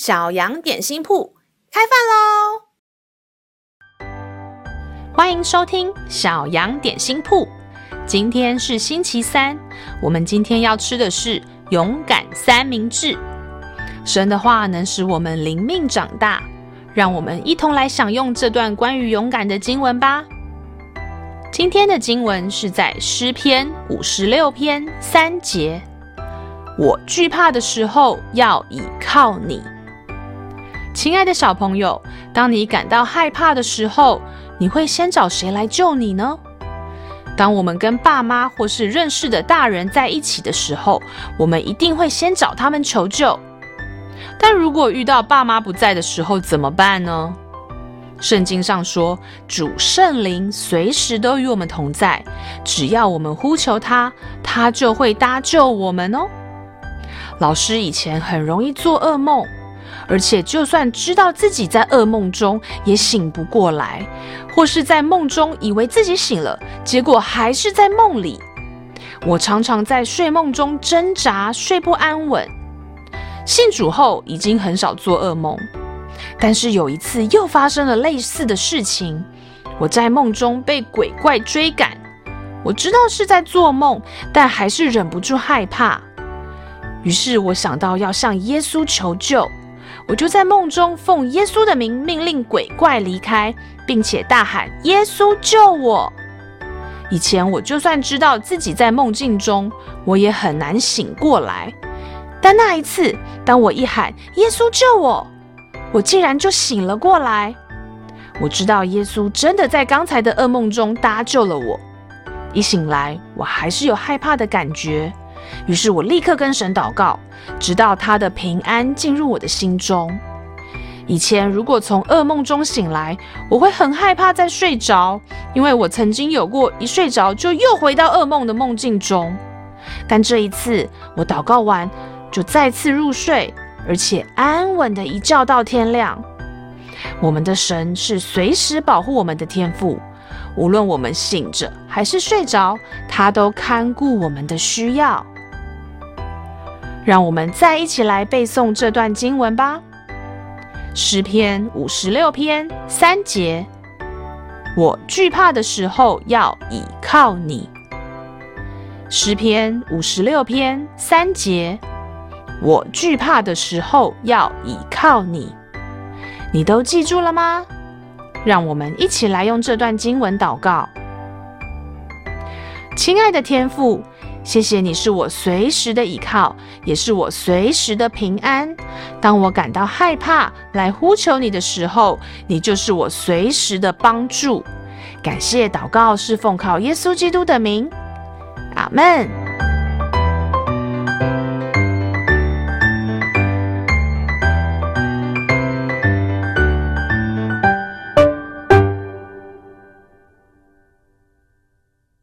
小羊点心铺开饭喽！欢迎收听小羊点心铺。今天是星期三，我们今天要吃的是勇敢三明治。神的话能使我们灵命长大，让我们一同来享用这段关于勇敢的经文吧。今天的经文是在诗篇56篇3节。我惧怕的时候要倚靠你。亲爱的小朋友，当你感到害怕的时候，你会先找谁来救你呢？当我们跟爸妈或是认识的大人在一起的时候，我们一定会先找他们求救。但如果遇到爸妈不在的时候怎么办呢？圣经上说，主圣灵随时都与我们同在，只要我们呼求他，他就会搭救我们哦。老师以前很容易做噩梦，而且就算知道自己在噩梦中也醒不过来，或是在梦中以为自己醒了，结果还是在梦里。我常常在睡梦中挣扎，睡不安稳。信主后已经很少做噩梦，但是有一次又发生了类似的事情。我在梦中被鬼怪追赶，我知道是在做梦，但还是忍不住害怕。于是我想到要向耶稣求救，我就在梦中奉耶稣的名命令鬼怪离开，并且大喊耶稣救我。以前我就算知道自己在梦境中，我也很难醒过来。但那一次，当我一喊耶稣救我，我竟然就醒了过来。我知道耶稣真的在刚才的噩梦中搭救了我。一醒来，我还是有害怕的感觉。于是我立刻跟神祷告，直到他的平安进入我的心中。以前如果从噩梦中醒来，我会很害怕再睡着，因为我曾经有过一睡着就又回到噩梦的梦境中。但这一次我祷告完就再次入睡，而且安稳的一觉到天亮。我们的神是随时保护我们的天父，无论我们醒着还是睡着，他都看顾我们的需要。让我们再一起来背诵这段经文吧。诗篇56篇3节，我惧怕的时候要倚靠你。诗篇56篇3节，我惧怕的时候要倚靠你。你都记住了吗？让我们一起来用这段经文祷告。亲爱的天父，谢谢你是我随时的依靠，也是我随时的平安。当我感到害怕来呼求你的时候，你就是我随时的帮助。感谢祷告是奉靠耶稣基督的名，阿们。